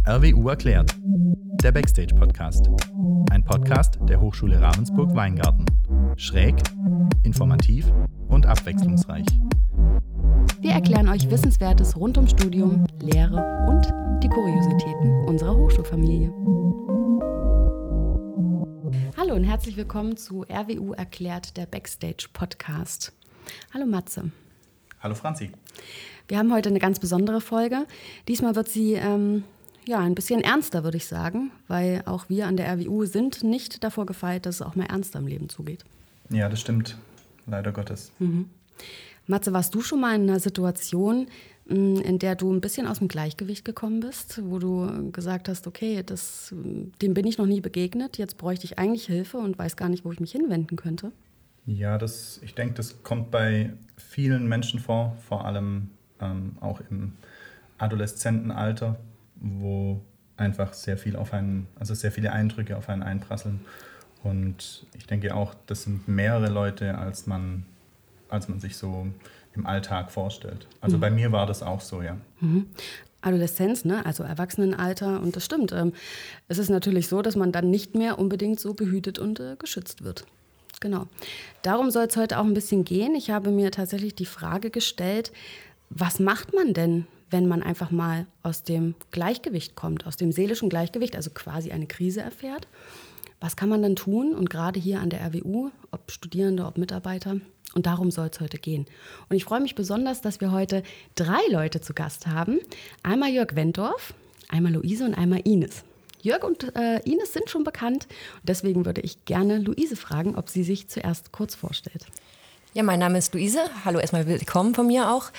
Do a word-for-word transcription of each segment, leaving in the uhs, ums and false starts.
R W U erklärt, der Backstage-Podcast. Ein Podcast der Hochschule Ravensburg-Weingarten. Schräg, informativ und abwechslungsreich. Wir erklären euch Wissenswertes rund ums Studium, Lehre und die Kuriositäten unserer Hochschulfamilie. Hallo und herzlich willkommen zu R W U erklärt, der Backstage-Podcast. Hallo Matze. Hallo Franzi. Wir haben heute eine ganz besondere Folge. Diesmal wird sie ähm, ja, ein bisschen ernster, würde ich sagen, weil auch wir an der R W U sind nicht davor gefeit, dass es auch mal ernster im Leben zugeht. Ja, das stimmt. Leider Gottes. Mhm. Matze, warst du schon mal in einer Situation, in der du ein bisschen aus dem Gleichgewicht gekommen bist, wo du gesagt hast, okay, das, dem bin ich noch nie begegnet, jetzt bräuchte ich eigentlich Hilfe und weiß gar nicht, wo ich mich hinwenden könnte? Ja, das, ich denke, das kommt bei vielen Menschen vor, vor allem ähm, auch im Adoleszentenalter, wo einfach sehr viel auf einen, also sehr viele Eindrücke auf einen einprasseln. Und ich denke auch, das sind mehrere Leute, als man, als man sich so im Alltag vorstellt. Also mhm. bei mir war das auch so, ja. Mhm. Adoleszenz, ne? Also Erwachsenenalter, und das stimmt. Ähm, es ist natürlich so, dass man dann nicht mehr unbedingt so behütet und äh, geschützt wird. Genau. Darum soll es heute auch ein bisschen gehen. Ich habe mir tatsächlich die Frage gestellt, was macht man denn, wenn man einfach mal aus dem Gleichgewicht kommt, aus dem seelischen Gleichgewicht, also quasi eine Krise erfährt? Was kann man dann tun? Und gerade hier an der R W U, ob Studierende, ob Mitarbeiter. Und darum soll es heute gehen. Und ich freue mich besonders, dass wir heute drei Leute zu Gast haben. Einmal Jörg Wentorf, einmal Luise und einmal Ines. Jörg und äh, Ines sind schon bekannt. Und deswegen würde ich gerne Luise fragen, ob sie sich zuerst kurz vorstellt. Ja, mein Name ist Luise. Hallo, erstmal willkommen von mir auch.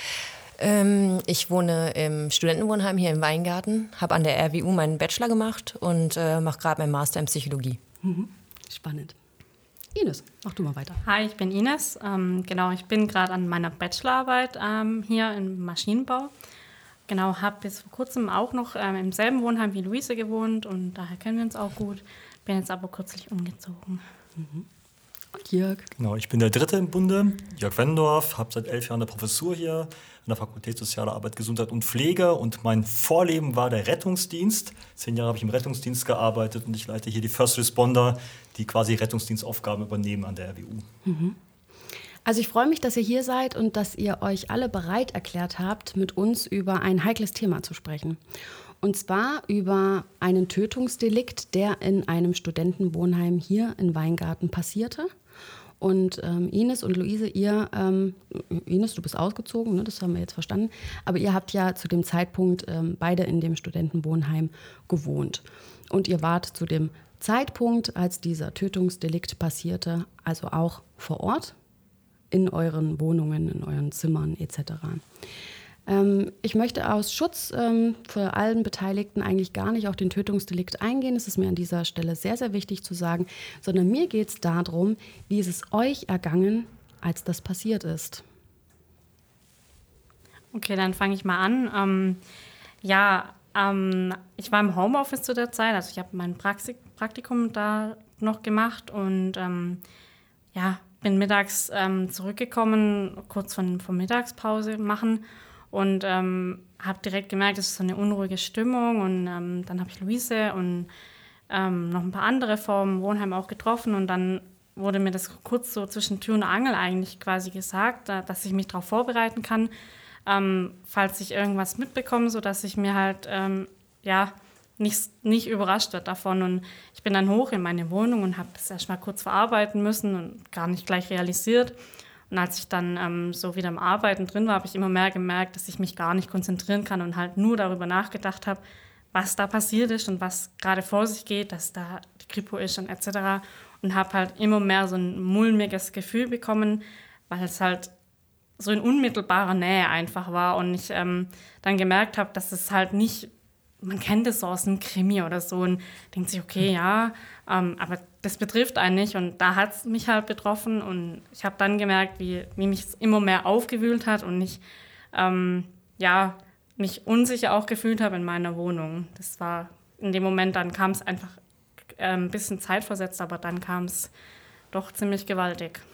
Ähm, ich wohne im Studentenwohnheim hier im Weingarten, habe an der R W U meinen Bachelor gemacht und äh, mache gerade meinen Master in Psychologie. Mhm. Spannend. Ines, mach du mal weiter. Hi, ich bin Ines. Ähm, genau, ich bin gerade an meiner Bachelorarbeit ähm, hier im Maschinenbau. Genau, habe bis vor kurzem auch noch ähm, im selben Wohnheim wie Luise gewohnt und daher kennen wir uns auch gut. Bin jetzt aber kürzlich umgezogen. Mhm. Und Jörg? Genau, ich bin der Dritte im Bunde, Jörg Wentorf, habe seit elf Jahren eine Professur hier an der Fakultät Soziale Arbeit, Gesundheit und Pflege und mein Vorleben war der Rettungsdienst. Zehn Jahre habe ich im Rettungsdienst gearbeitet und ich leite hier die First Responder, die quasi Rettungsdienstaufgaben übernehmen an der R W U. Mhm. Also ich freue mich, dass ihr hier seid und dass ihr euch alle bereit erklärt habt, mit uns über ein heikles Thema zu sprechen. Und zwar über einen Tötungsdelikt, der in einem Studentenwohnheim hier in Weingarten passierte. Und ähm, Ines und Luise, ihr, ähm, Ines, du bist ausgezogen, ne, das haben wir jetzt verstanden, aber ihr habt ja zu dem Zeitpunkt ähm, beide in dem Studentenwohnheim gewohnt. Und ihr wart zu dem Zeitpunkt, als dieser Tötungsdelikt passierte, also auch vor Ort, in euren Wohnungen, in euren Zimmern et cetera. Ähm, ich möchte aus Schutz ähm, für allen Beteiligten eigentlich gar nicht auf den Tötungsdelikt eingehen. Es ist mir an dieser Stelle sehr, sehr wichtig zu sagen, sondern mir geht es darum, wie ist es euch ergangen, als das passiert ist. Okay, dann fange ich mal an. Ähm, ja, ähm, ich war im Homeoffice zu der Zeit, also ich habe mein Praxik- Praktikum da noch gemacht und ähm, ja, bin mittags ähm, zurückgekommen, kurz von, von Mittagspause machen. Und ähm, habe direkt gemerkt, es ist so eine unruhige Stimmung. Und ähm, dann habe ich Luise und ähm, noch ein paar andere vom Wohnheim auch getroffen. Und dann wurde mir das kurz so zwischen Tür und Angel eigentlich quasi gesagt, dass ich mich darauf vorbereiten kann, ähm, falls ich irgendwas mitbekomme, sodass ich mir halt ähm, ja, nicht, nicht überrascht wird davon. Und ich bin dann hoch in meine Wohnung und habe das erst mal kurz verarbeiten müssen und gar nicht gleich realisiert. Und als ich dann ähm, so wieder am Arbeiten drin war, habe ich immer mehr gemerkt, dass ich mich gar nicht konzentrieren kann und halt nur darüber nachgedacht habe, was da passiert ist und was gerade vor sich geht, dass da die Kripo ist und et cetera. Und habe halt immer mehr so ein mulmiges Gefühl bekommen, weil es halt so in unmittelbarer Nähe einfach war. Und ich ähm, dann gemerkt habe, dass es halt nicht, man kennt es so aus einem Krimi oder so und denkt sich, okay, ja, ähm, aber das betrifft einen nicht. Und da hat es mich halt betroffen. Und ich habe dann gemerkt, wie, wie mich es immer mehr aufgewühlt hat und ich ähm, ja, mich unsicher auch gefühlt habe in meiner Wohnung. Das war in dem Moment, dann kam es einfach äh, ein bisschen zeitversetzt, aber dann kam es doch ziemlich gewaltig.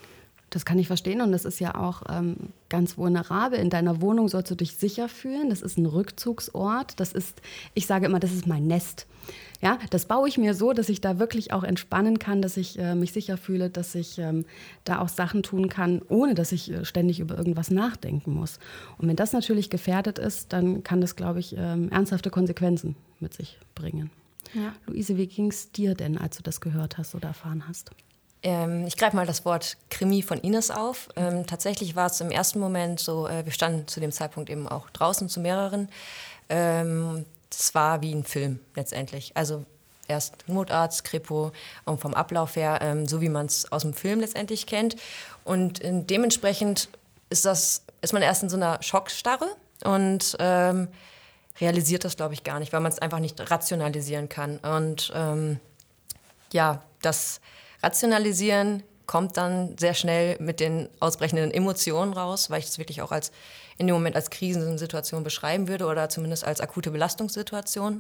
Das kann ich verstehen und das ist ja auch ähm, ganz vulnerabel. In deiner Wohnung sollst du dich sicher fühlen. Das ist ein Rückzugsort. Das ist, ich sage immer, das ist mein Nest. Ja, das baue ich mir so, dass ich da wirklich auch entspannen kann, dass ich äh, mich sicher fühle, dass ich ähm, da auch Sachen tun kann, ohne dass ich äh, ständig über irgendwas nachdenken muss. Und wenn das natürlich gefährdet ist, dann kann das, glaube ich, ähm, ernsthafte Konsequenzen mit sich bringen. Ja. Luise, wie ging es dir denn, als du das gehört hast oder erfahren hast? Ähm, ich greife mal das Wort Krimi von Ines auf. Ähm, tatsächlich war es im ersten Moment so, äh, wir standen zu dem Zeitpunkt eben auch draußen zu mehreren. Ähm, das war wie ein Film letztendlich. Also erst Notarzt, Kripo und vom Ablauf her, ähm, so wie man es aus dem Film letztendlich kennt. Und äh, dementsprechend ist, das, ist man erst in so einer Schockstarre und ähm, realisiert das, glaube ich, gar nicht, weil man es einfach nicht rationalisieren kann. Und ähm, ja, das Rationalisieren kommt dann sehr schnell mit den ausbrechenden Emotionen raus, weil ich es wirklich auch als in dem Moment als Krisensituation beschreiben würde oder zumindest als akute Belastungssituation.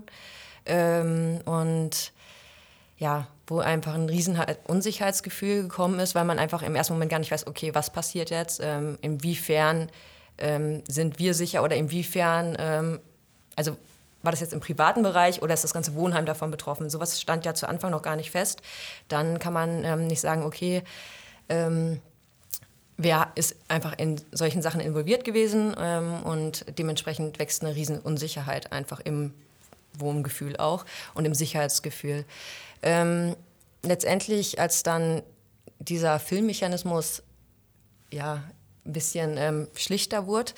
Ähm, und ja, wo einfach ein riesen Unsicherheitsgefühl gekommen ist, weil man einfach im ersten Moment gar nicht weiß, okay, was passiert jetzt, ähm, inwiefern ähm, sind wir sicher oder inwiefern, ähm, also war das jetzt im privaten Bereich oder ist das ganze Wohnheim davon betroffen? Sowas stand ja zu Anfang noch gar nicht fest. Dann kann man ähm, nicht sagen, okay, ähm, wer ist einfach in solchen Sachen involviert gewesen ähm, und dementsprechend wächst eine riesen Unsicherheit einfach im Wohngefühl auch und im Sicherheitsgefühl. Ähm, letztendlich, als dann dieser Filmmechanismus ja, ein bisschen ähm, schlichter wurde,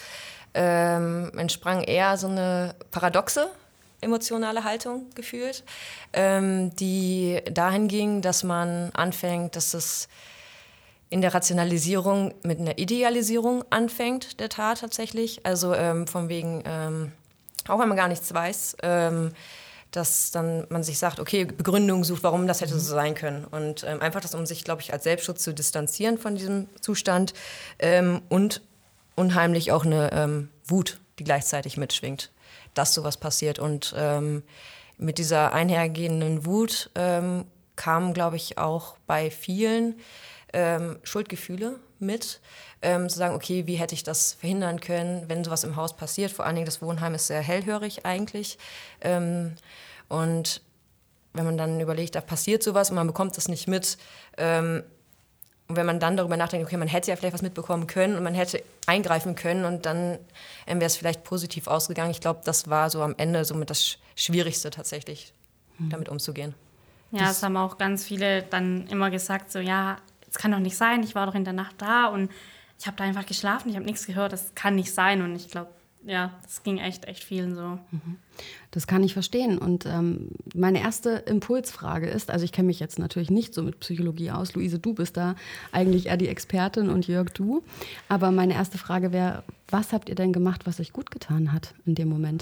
ähm, entsprang eher so eine paradoxe emotionale Haltung gefühlt, ähm, die dahin ging, dass man anfängt, dass es in der Rationalisierung mit einer Idealisierung anfängt, der Tat tatsächlich. Also ähm, von wegen, ähm, auch wenn man gar nichts weiß, ähm, dass dann man sich sagt, okay, Begründung sucht, warum das hätte so sein können. Und ähm, einfach das, um sich, glaube ich, als Selbstschutz zu distanzieren von diesem Zustand ähm, und unheimlich auch eine ähm, Wut, die gleichzeitig mitschwingt, dass sowas passiert. Und ähm, mit dieser einhergehenden Wut ähm, kamen, glaube ich, auch bei vielen ähm, Schuldgefühle mit, ähm, zu sagen, okay, wie hätte ich das verhindern können, wenn sowas im Haus passiert. Vor allen Dingen das Wohnheim ist sehr hellhörig eigentlich. Ähm, und wenn man dann überlegt, da passiert sowas und man bekommt das nicht mit, ähm, und wenn man dann darüber nachdenkt, okay, man hätte ja vielleicht was mitbekommen können und man hätte eingreifen können und dann ähm, wäre es vielleicht positiv ausgegangen. Ich glaube, das war so am Ende somit das Schwierigste tatsächlich, hm. damit umzugehen. Ja, das es haben auch ganz viele dann immer gesagt, so ja, das kann doch nicht sein, ich war doch in der Nacht da und ich habe da einfach geschlafen, ich habe nichts gehört, das kann nicht sein. Und ich glaube, ja, das ging echt, echt vielen so. Das kann ich verstehen. Und ähm, meine erste Impulsfrage ist, also ich kenne mich jetzt natürlich nicht so mit Psychologie aus. Luise, du bist da eigentlich eher die Expertin und Jörg, du. Aber meine erste Frage wäre, was habt ihr denn gemacht, was euch gut getan hat in dem Moment?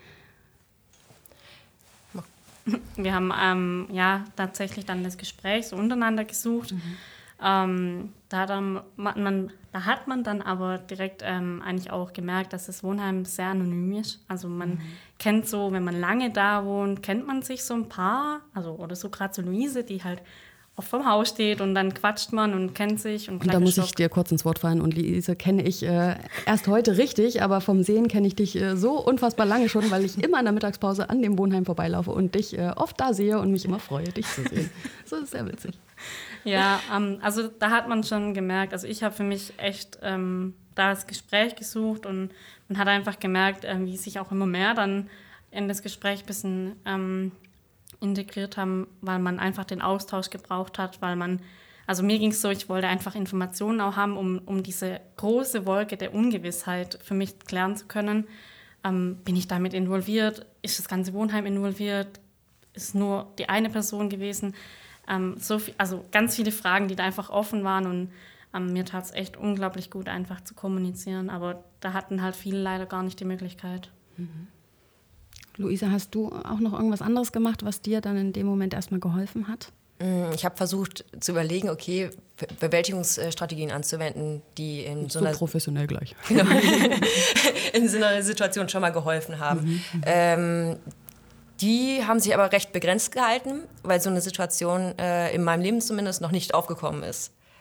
Wir haben ähm, ja tatsächlich dann das Gespräch so untereinander gesucht. Mhm. Ähm, da, dann, man, da hat man dann aber direkt ähm, eigentlich auch gemerkt, dass das Wohnheim sehr anonym ist. Also man mhm. kennt so, wenn man lange da wohnt, kennt man sich so ein paar, also oder so gerade so Luise, die halt oft vom Haus steht und dann quatscht man und kennt sich. Und, und da muss Stock. ich dir kurz ins Wort fallen. Und Luise kenne ich äh, erst heute richtig, aber vom Sehen kenne ich dich äh, so unfassbar lange schon, weil ich immer in der Mittagspause an dem Wohnheim vorbeilaufe und dich äh, oft da sehe und mich immer freue, dich zu sehen. So ist sehr witzig. Ja, ähm, also da hat man schon gemerkt, also ich habe für mich echt ähm, da das Gespräch gesucht und man hat einfach gemerkt, äh, wie sich auch immer mehr dann in das Gespräch ein bisschen ähm, integriert haben, weil man einfach den Austausch gebraucht hat, weil man, also mir ging es so, ich wollte einfach Informationen auch haben, um, um diese große Wolke der Ungewissheit für mich klären zu können. Ähm, bin ich damit involviert? Ist das ganze Wohnheim involviert? Ist nur die eine Person gewesen? Ähm, so viel, also ganz viele Fragen, die da einfach offen waren und ähm, mir tat es echt unglaublich gut, einfach zu kommunizieren, aber da hatten halt viele leider gar nicht die Möglichkeit. Mhm. Luise, hast du auch noch irgendwas anderes gemacht, was dir dann in dem Moment erstmal geholfen hat? Ich habe versucht zu überlegen, okay, Bewältigungsstrategien anzuwenden, die in so, so einer professionell gleich. Genau, in so einer Situation schon mal geholfen haben. Mhm. Ähm, die haben sich aber recht begrenzt gehalten, weil so eine Situation äh, in meinem Leben zumindest noch nicht aufgekommen ist.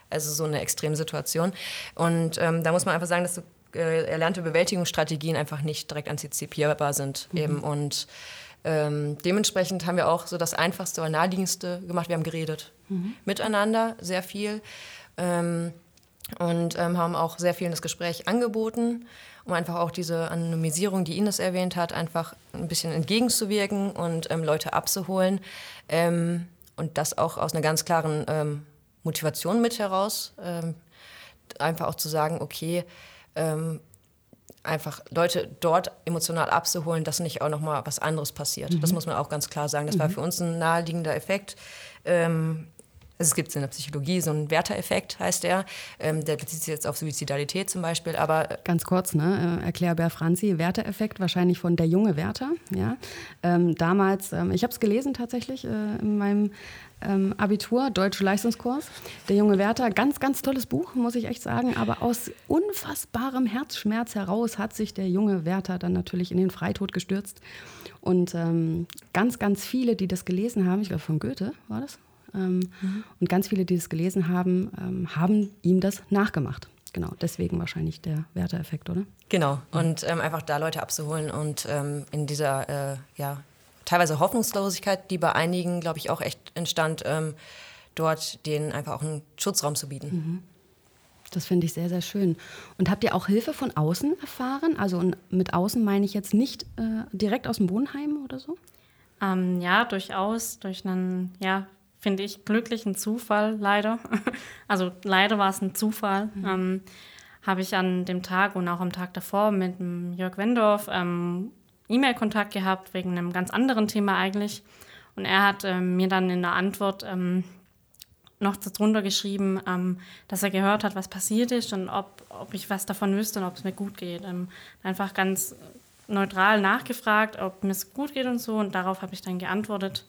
Also so eine Extremsituation. Und ähm, da muss man einfach sagen, dass so äh, erlernte Bewältigungsstrategien einfach nicht direkt antizipierbar sind. Mhm. Eben. Und ähm, dementsprechend haben wir auch so das Einfachste oder Naheliegendste gemacht. Wir haben geredet mhm. miteinander, sehr viel. Ähm, und ähm, haben auch sehr viel in das Gespräch angeboten, um einfach auch diese Anonymisierung, die Ines erwähnt hat, einfach ein bisschen entgegenzuwirken und ähm, Leute abzuholen. Ähm, und das auch aus einer ganz klaren ähm, Motivation mit heraus. Ähm, einfach auch zu sagen, okay, ähm, einfach Leute dort emotional abzuholen, dass nicht auch nochmal was anderes passiert. Mhm. Das muss man auch ganz klar sagen. Das mhm. war für uns ein naheliegender Effekt. Ähm, Es gibt in der Psychologie so einen Werther-Effekt, heißt der. Ähm, der bezieht sich jetzt auf Suizidalität zum Beispiel. Aber ganz kurz, ne? Erklär Franzi, Werther-Effekt, wahrscheinlich von Der junge Werther. Ja? Ähm, damals, ähm, ich habe es gelesen tatsächlich äh, in meinem ähm, Abitur, Deutsche Leistungskurs. Der junge Werther, ganz, ganz tolles Buch, muss ich echt sagen. Aber aus unfassbarem Herzschmerz heraus hat sich der junge Werther dann natürlich in den Freitod gestürzt. Und ähm, ganz, ganz viele, die das gelesen haben, ich glaube von Goethe war das, Ähm, mhm. Und ganz viele, die das gelesen haben, ähm, haben ihm das nachgemacht. Genau, deswegen wahrscheinlich der Werther-Effekt, oder? Genau, und ähm, einfach da Leute abzuholen und ähm, in dieser äh, ja, teilweise Hoffnungslosigkeit, die bei einigen, glaube ich, auch echt entstand, ähm, dort denen einfach auch einen Schutzraum zu bieten. Mhm. Das finde ich sehr, sehr schön. Und habt ihr auch Hilfe von außen erfahren? Also mit außen meine ich jetzt nicht äh, direkt aus dem Wohnheim oder so? Ähm, ja, durchaus, durch einen, ja, finde ich, glücklichen Zufall, leider. Also leider war es ein Zufall. Mhm. Ähm, habe ich an dem Tag und auch am Tag davor mit dem Jörg Wendorf ähm, E-Mail-Kontakt gehabt, wegen einem ganz anderen Thema eigentlich. Und er hat ähm, mir dann in der Antwort ähm, noch darunter geschrieben, ähm, dass er gehört hat, was passiert ist und ob, ob ich was davon wüsste und ob es mir gut geht. Ähm, einfach ganz neutral nachgefragt, ob mir es gut geht und so. Und darauf habe ich dann geantwortet.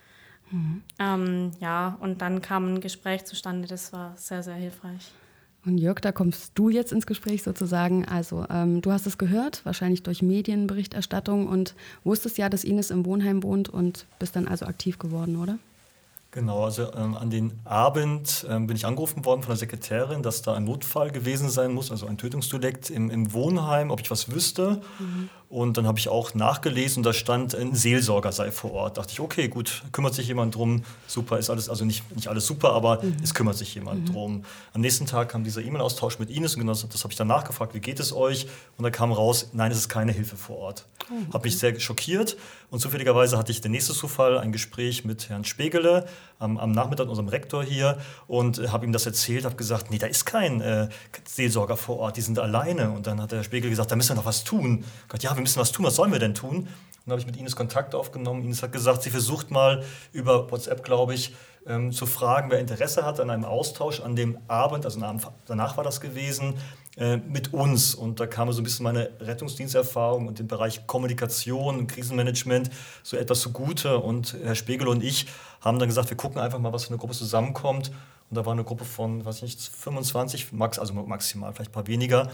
Mhm. Ähm, ja, und dann kam ein Gespräch zustande, das war sehr, sehr hilfreich. Und Jörg, da kommst du jetzt ins Gespräch sozusagen. Also ähm, du hast es gehört, wahrscheinlich durch Medienberichterstattung und wusstest ja, dass Ines im Wohnheim wohnt und bist dann also aktiv geworden, oder? Genau, also ähm, an den Abend ähm, bin ich angerufen worden von der Sekretärin, dass da ein Notfall gewesen sein muss, also ein Tötungsdelikt im, im Wohnheim, ob ich was wüsste. Mhm. Und dann habe ich auch nachgelesen, da stand, ein Seelsorger sei vor Ort. Da dachte ich, okay, gut, kümmert sich jemand drum, super, ist alles, also nicht, nicht alles super, aber mhm. es kümmert sich jemand mhm. drum. Am nächsten Tag kam dieser E-Mail-Austausch mit Ines und genau das, das habe ich dann nachgefragt, wie geht es euch? Und da kam raus, nein, es ist keine Hilfe vor Ort. Oh, okay. Habe mich sehr schockiert und zufälligerweise hatte ich den nächsten Zufall, ein Gespräch mit Herrn Spegele am, am Nachmittag mit unserem Rektor hier und äh, habe ihm das erzählt, habe gesagt, nee, da ist kein äh, Seelsorger vor Ort, die sind alleine. Und dann hat der Spegel gesagt, da müssen wir noch was tun. Ich gesagt, ja, wir müssen was tun, was sollen wir denn tun? Und dann habe ich mit Ines Kontakt aufgenommen. Ines hat gesagt, sie versucht mal über WhatsApp, glaube ich, ähm, zu fragen, wer Interesse hat an einem Austausch an dem Abend, also danach war das gewesen, äh, mit uns. Und da kam so ein bisschen meine Rettungsdiensterfahrung und den Bereich Kommunikation und Krisenmanagement so etwas zugute. Und Herr Spegel und ich haben dann gesagt, wir gucken einfach mal, was für eine Gruppe zusammenkommt. Und da war eine Gruppe von, weiß ich nicht, fünfundzwanzig, max, also maximal, vielleicht ein paar weniger.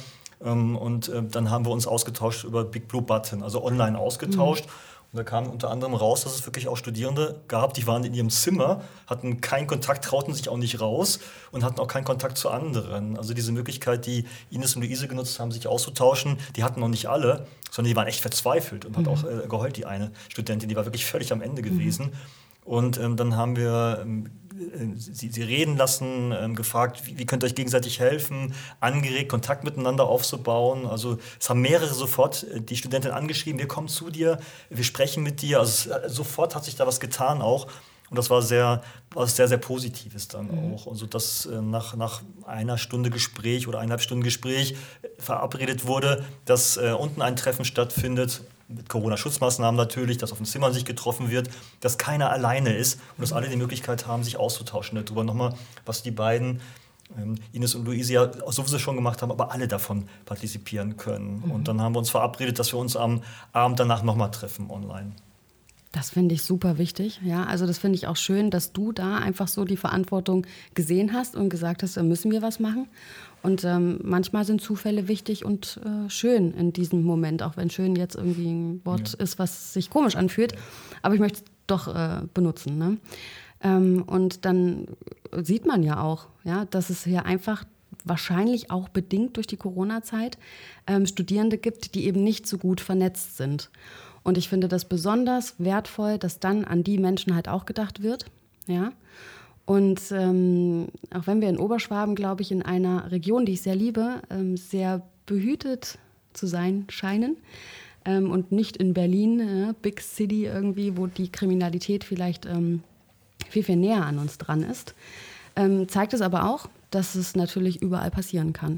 Und dann haben wir uns ausgetauscht über Big Blue Button, also online ausgetauscht. Mhm. Und da kam unter anderem raus, dass es wirklich auch Studierende gab, die waren in ihrem Zimmer, hatten keinen Kontakt, trauten sich auch nicht raus und hatten auch keinen Kontakt zu anderen. Also diese Möglichkeit, die Ines und Luise genutzt haben, sich auszutauschen, die hatten noch nicht alle, sondern die waren echt verzweifelt und mhm. hat auch äh, geheult, die eine Studentin, die war wirklich völlig am Ende gewesen. Mhm. Und ähm, dann haben wir ähm, sie, sie reden lassen, ähm, gefragt, wie, wie könnt ihr euch gegenseitig helfen, angeregt, Kontakt miteinander aufzubauen. Also es haben mehrere sofort äh, die Studentin angeschrieben, wir kommen zu dir, wir sprechen mit dir. Also es, äh, sofort hat sich da was getan auch. Und das war sehr, was sehr, sehr Positives dann mhm. auch. Also dass äh, nach, nach einer Stunde Gespräch oder eineinhalb Stunden Gespräch verabredet wurde, dass äh, unten ein Treffen stattfindet, mit Corona-Schutzmaßnahmen natürlich, dass auf dem Zimmer sich getroffen wird, dass keiner alleine ist und dass alle die Möglichkeit haben, sich auszutauschen darüber. Nochmal, was die beiden, ähm, Ines und Luise, ja sowieso schon gemacht haben, aber alle davon partizipieren können. Mhm. Und dann haben wir uns verabredet, dass wir uns am Abend danach nochmal treffen online. Das finde ich super wichtig. Ja, also das finde ich auch schön, dass du da einfach so die Verantwortung gesehen hast und gesagt hast, da müssen wir was machen. Und ähm, manchmal sind Zufälle wichtig und äh, schön in diesem Moment, auch wenn schön jetzt irgendwie ein Wort ja. ist, was sich komisch anfühlt. Aber ich möchte es doch äh, benutzen. Ne? Ähm, und dann sieht man ja auch, ja, dass es hier einfach wahrscheinlich auch bedingt durch die Corona-Zeit ähm, Studierende gibt, die eben nicht so gut vernetzt sind. Und ich finde das besonders wertvoll, dass dann an die Menschen halt auch gedacht wird. Ja? Und ähm, auch wenn wir in Oberschwaben, glaube ich, in einer Region, die ich sehr liebe, ähm, sehr behütet zu sein scheinen ähm, und nicht in Berlin, äh, Big City irgendwie, wo die Kriminalität vielleicht ähm, viel, viel näher an uns dran ist, ähm, zeigt es aber auch, dass es natürlich überall passieren kann.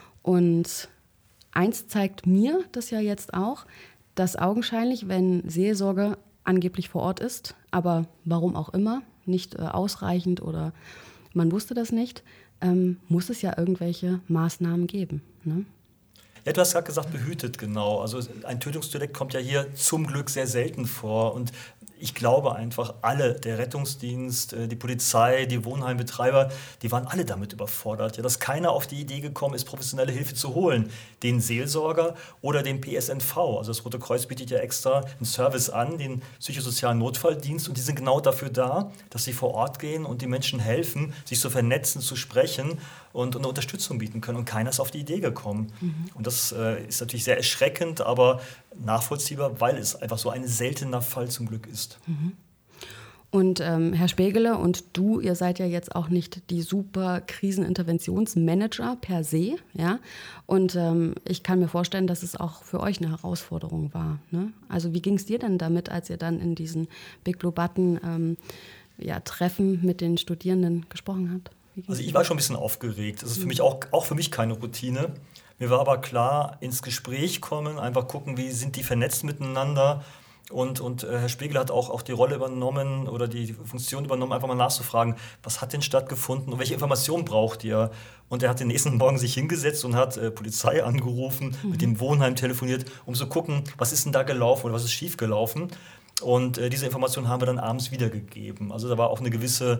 Und eins zeigt mir das ja jetzt auch, dass augenscheinlich, wenn Seelsorge angeblich vor Ort ist, aber warum auch immer, nicht äh, ausreichend oder man wusste das nicht, ähm, muss es ja irgendwelche Maßnahmen geben. Ne? Ja, du hast gerade gesagt, behütet, genau. Also ein Tötungsdelikt kommt ja hier zum Glück sehr selten vor. Und ich glaube einfach, alle, der Rettungsdienst, die Polizei, die Wohnheimbetreiber, die waren alle damit überfordert. Ja, dass keiner auf die Idee gekommen ist, professionelle Hilfe zu holen. Den Seelsorger oder den P S N V. Also das Rote Kreuz bietet ja extra einen Service an, den psychosozialen Notfalldienst. Und die sind genau dafür da, dass sie vor Ort gehen und die Menschen helfen, sich zu vernetzen, zu sprechen und eine Unterstützung bieten können. Und keiner ist auf die Idee gekommen. Mhm. Und das äh, ist natürlich sehr erschreckend, aber nachvollziehbar, weil es einfach so ein seltener Fall zum Glück ist. Mhm. Und ähm, Herr Spegele und du, ihr seid ja jetzt auch nicht die super Kriseninterventionsmanager per se, ja. Und ähm, ich kann mir vorstellen, dass es auch für euch eine Herausforderung war. Ne? Also wie ging es dir denn damit, als ihr dann in diesen Big Blue Button ähm, ja, Treffen mit den Studierenden gesprochen habt? Also ich war schon ein bisschen aufgeregt. Das ist für mich auch, auch für mich keine Routine. Mir war aber klar, ins Gespräch kommen, einfach gucken, wie sind die vernetzt miteinander. Und, und äh, Herr Spegele hat auch, auch die Rolle übernommen oder die Funktion übernommen, einfach mal nachzufragen, was hat denn stattgefunden und welche Informationen braucht ihr? Und er hat den nächsten Morgen sich hingesetzt und hat äh, Polizei angerufen, mhm. mit dem Wohnheim telefoniert, um zu gucken, was ist denn da gelaufen oder was ist schief gelaufen. Und äh, diese Informationen haben wir dann abends wiedergegeben. Also da war auch eine gewisse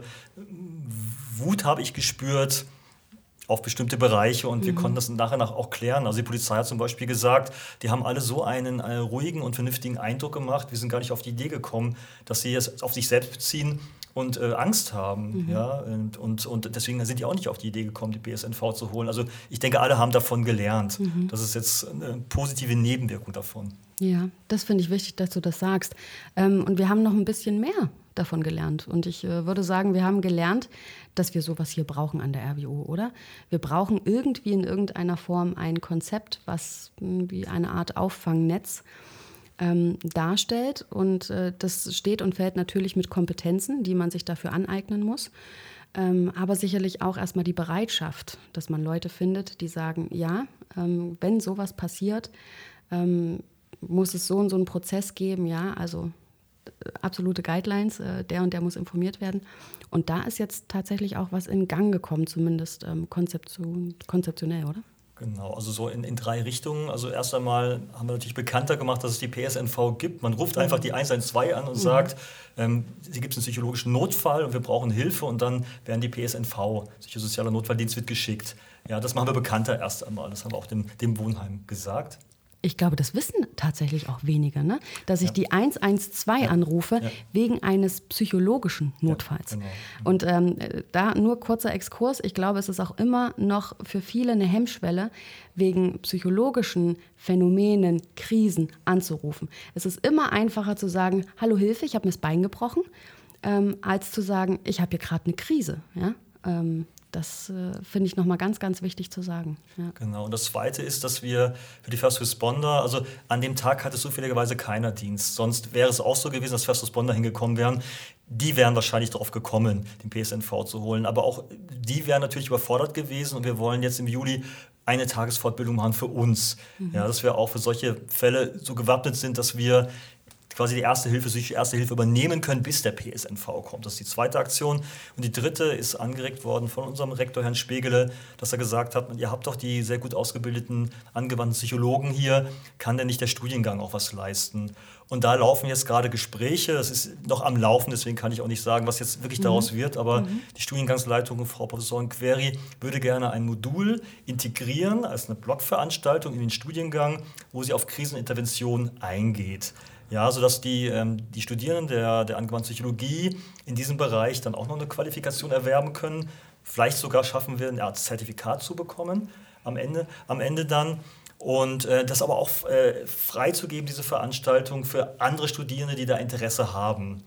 Wut, habe ich gespürt, auf bestimmte Bereiche und mhm. wir konnten das nachher nach auch klären. Also die Polizei hat zum Beispiel gesagt, die haben alle so einen äh, ruhigen und vernünftigen Eindruck gemacht, wir sind gar nicht auf die Idee gekommen, dass sie es auf sich selbst beziehen und äh, Angst haben. Mhm. Ja? Und, und, und deswegen sind die auch nicht auf die Idee gekommen, die P S N V zu holen. Also ich denke, alle haben davon gelernt. Mhm. Das ist jetzt eine positive Nebenwirkung davon. Ja, das finde ich wichtig, dass du das sagst. Ähm, und wir haben noch ein bisschen mehr davon gelernt. Und ich äh, würde sagen, wir haben gelernt, dass wir sowas hier brauchen an der R W O, oder? Wir brauchen irgendwie in irgendeiner Form ein Konzept, was mh, wie eine Art Auffangnetz ähm, darstellt. Und äh, das steht und fällt natürlich mit Kompetenzen, die man sich dafür aneignen muss. Ähm, aber sicherlich auch erstmal die Bereitschaft, dass man Leute findet, die sagen, ja, ähm, wenn sowas passiert, ähm, muss es so und so einen Prozess geben, ja, also absolute Guidelines, äh, der und der muss informiert werden. Und da ist jetzt tatsächlich auch was in Gang gekommen, zumindest ähm, konzeption, konzeptionell, oder? Genau, also so in, in drei Richtungen. Also erst einmal haben wir natürlich bekannter gemacht, dass es die P S N V gibt. Man ruft mhm. einfach die eins eins zwei an und mhm. sagt, ähm, hier gibt es einen psychologischen Notfall und wir brauchen Hilfe und dann werden die P S N V, psychosozialer Notfalldienst, wird geschickt. Ja, das machen wir bekannter erst einmal. Das haben wir auch dem, dem Wohnheim gesagt. Ich glaube, das wissen tatsächlich auch wenige, ne? Dass ich ja. die eins eins zwei ja. anrufe ja. wegen eines psychologischen Notfalls. Ja, genau. Und ähm, da nur kurzer Exkurs. Ich glaube, es ist auch immer noch für viele eine Hemmschwelle, wegen psychologischen Phänomenen, Krisen anzurufen. Es ist immer einfacher zu sagen, hallo Hilfe, ich habe mir das Bein gebrochen, ähm, als zu sagen, ich habe hier gerade eine Krise. Ja? Ähm, Das äh, finde ich nochmal ganz, ganz wichtig zu sagen. Ja. Genau. Und das Zweite ist, dass wir für die First Responder, also an dem Tag hatte zufälligerweise keiner Dienst. Sonst wäre es auch so gewesen, dass First Responder hingekommen wären. Die wären wahrscheinlich darauf gekommen, den P S N V zu holen. Aber auch die wären natürlich überfordert gewesen. Und wir wollen jetzt im Juli eine Tagesfortbildung machen für uns. Mhm. Ja, dass wir auch für solche Fälle so gewappnet sind, dass wir quasi die erste Hilfe, psychische erste Hilfe übernehmen können, bis der P S N V kommt. Das ist die zweite Aktion. Und die dritte ist angeregt worden von unserem Rektor, Herrn Spegele, dass er gesagt hat, ihr habt doch die sehr gut ausgebildeten, angewandten Psychologen hier, kann denn nicht der Studiengang auch was leisten? Und da laufen jetzt gerade Gespräche, das ist noch am Laufen, deswegen kann ich auch nicht sagen, was jetzt wirklich mhm. daraus wird, aber mhm. die Studiengangsleitung, Frau Professorin Query, würde gerne ein Modul integrieren als eine Blockveranstaltung in den Studiengang, wo sie auf Krisenintervention eingeht. Ja, sodass die, ähm, die Studierenden der, der angewandten Psychologie in diesem Bereich dann auch noch eine Qualifikation erwerben können. Vielleicht sogar schaffen wir, eine Art Zertifikat zu bekommen am Ende, am Ende dann. Und äh, das aber auch äh, freizugeben, diese Veranstaltung für andere Studierende, die da Interesse haben.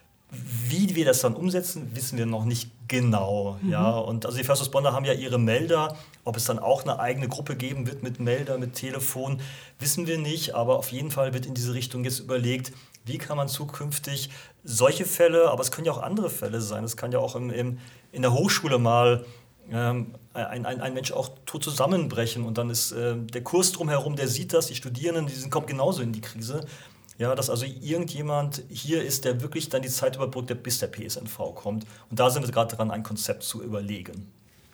Wie wir das dann umsetzen, wissen wir noch nicht genau. Mhm. Ja? Und also die First Responder haben ja ihre Melder. Ob es dann auch eine eigene Gruppe geben wird mit Melder, mit Telefon, wissen wir nicht. Aber auf jeden Fall wird in diese Richtung jetzt überlegt, wie kann man zukünftig solche Fälle, aber es können ja auch andere Fälle sein. Es kann ja auch im, im, in der Hochschule mal ähm, ein, ein, ein Mensch auch tot zusammenbrechen. Und dann ist äh, der Kurs drumherum, der sieht das, die Studierenden, die sind, kommen genauso in die Krise. Ja, dass also irgendjemand hier ist, der wirklich dann die Zeit überbrückt, bis der P S N V kommt. Und da sind wir gerade dran, ein Konzept zu überlegen.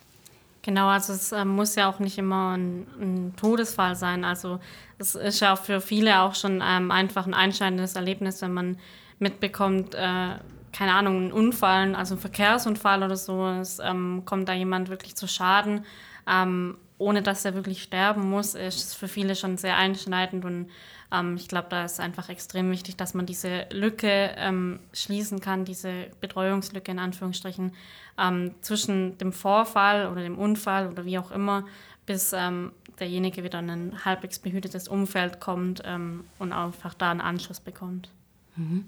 Genau, also es äh, muss ja auch nicht immer ein, ein Todesfall sein. Also es ist ja auch für viele auch schon ähm, einfach ein einschneidendes Erlebnis, wenn man mitbekommt, äh, keine Ahnung, ein Unfall, also ein Verkehrsunfall oder so, es ähm, kommt da jemand wirklich zu Schaden, ähm, ohne dass er wirklich sterben muss, ist es für viele schon sehr einschneidend. Und ähm, ich glaube, da ist einfach extrem wichtig, dass man diese Lücke ähm, schließen kann, diese Betreuungslücke in Anführungsstrichen, ähm, zwischen dem Vorfall oder dem Unfall oder wie auch immer, bis ähm, derjenige wieder in ein halbwegs behütetes Umfeld kommt ähm, und einfach da einen Anschluss bekommt. Mhm.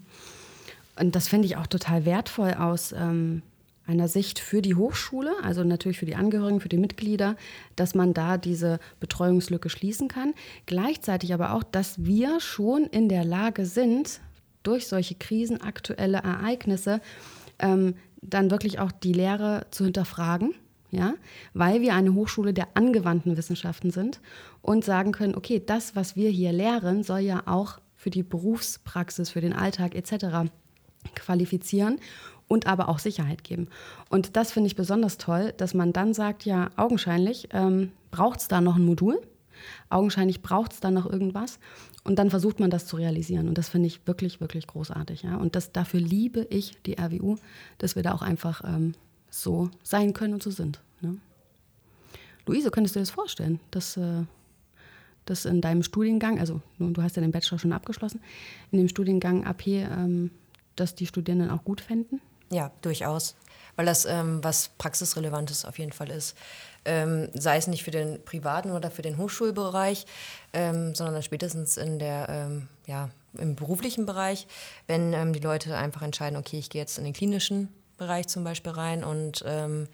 Und das finde ich auch total wertvoll aus ähm, einer Sicht für die Hochschule, also natürlich für die Angehörigen, für die Mitglieder, dass man da diese Betreuungslücke schließen kann. Gleichzeitig aber auch, dass wir schon in der Lage sind, durch solche krisenaktuelle Ereignisse ähm, dann wirklich auch die Lehre zu hinterfragen, ja, weil wir eine Hochschule der angewandten Wissenschaften sind und sagen können, okay, das, was wir hier lehren, soll ja auch für die Berufspraxis, für den Alltag et cetera qualifizieren und aber auch Sicherheit geben. Und das finde ich besonders toll, dass man dann sagt, ja, augenscheinlich ähm, braucht es da noch ein Modul, augenscheinlich braucht es da noch irgendwas und dann versucht man das zu realisieren. Und das finde ich wirklich, wirklich großartig. Ja? Und das, dafür liebe ich die R W U, dass wir da auch einfach ähm, so sein können und so sind. Ne? Luise, könntest du dir das vorstellen, dass, äh, dass in deinem Studiengang, also du hast ja den Bachelor schon abgeschlossen, in dem Studiengang A P, ähm, dass die Studierenden auch gut fänden? Ja, durchaus. Weil das ähm, was Praxisrelevantes auf jeden Fall ist. Ähm, sei es nicht für den privaten oder für den Hochschulbereich, ähm, sondern spätestens in der, ähm, ja, im beruflichen Bereich, wenn ähm, die Leute einfach entscheiden, okay, ich gehe jetzt in den klinischen Bereich zum Beispiel rein. Und ähm,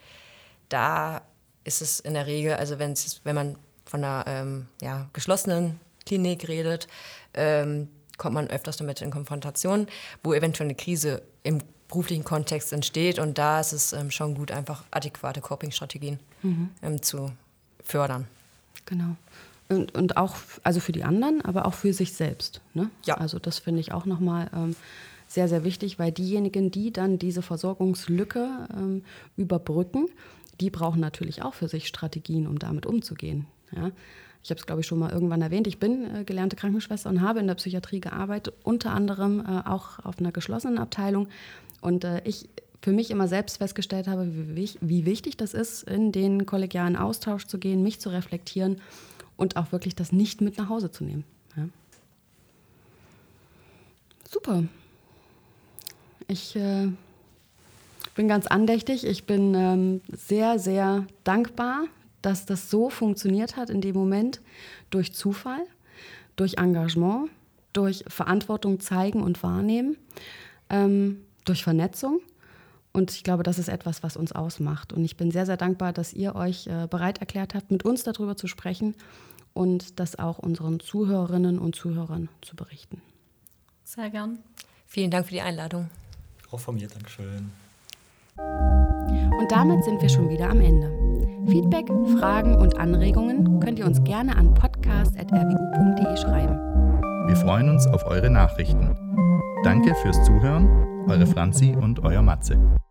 da ist es in der Regel, also wenn's, wenn man von einer ähm, ja, geschlossenen Klinik redet, ähm, kommt man öfters damit in Konfrontation, wo eventuell eine Krise im beruflichen Kontext entsteht. Und da ist es ähm, schon gut, einfach adäquate Coping-Strategien mhm. ähm, zu fördern. Genau. Und, und auch also für die anderen, aber auch für sich selbst. Ne? Ja. Also das finde ich auch nochmal ähm, sehr, sehr wichtig, weil diejenigen, die dann diese Versorgungslücke ähm, überbrücken, die brauchen natürlich auch für sich Strategien, um damit umzugehen. Ja? Ich habe es, glaube ich, schon mal irgendwann erwähnt. Ich bin äh, gelernte Krankenschwester und habe in der Psychiatrie gearbeitet, unter anderem äh, auch auf einer geschlossenen Abteilung. Und äh, ich für mich immer selbst festgestellt habe, wie, wie wichtig das ist, in den kollegialen Austausch zu gehen, mich zu reflektieren und auch wirklich das nicht mit nach Hause zu nehmen. Ja. Super. Ich äh, bin ganz andächtig. Ich bin ähm, sehr, sehr dankbar, dass das so funktioniert hat in dem Moment, durch Zufall, durch Engagement, durch Verantwortung zeigen und wahrnehmen, ähm, durch Vernetzung. Und ich glaube, das ist etwas, was uns ausmacht. Und ich bin sehr, sehr dankbar, dass ihr euch äh, bereit erklärt habt, mit uns darüber zu sprechen und das auch unseren Zuhörerinnen und Zuhörern zu berichten. Sehr gern. Vielen Dank für die Einladung. Auch von mir, Dankeschön. Und damit sind wir schon wieder am Ende. Feedback, Fragen und Anregungen könnt ihr uns gerne an podcast at r w u punkt d e schreiben. Wir freuen uns auf eure Nachrichten. Danke fürs Zuhören, eure Franzi und euer Matze.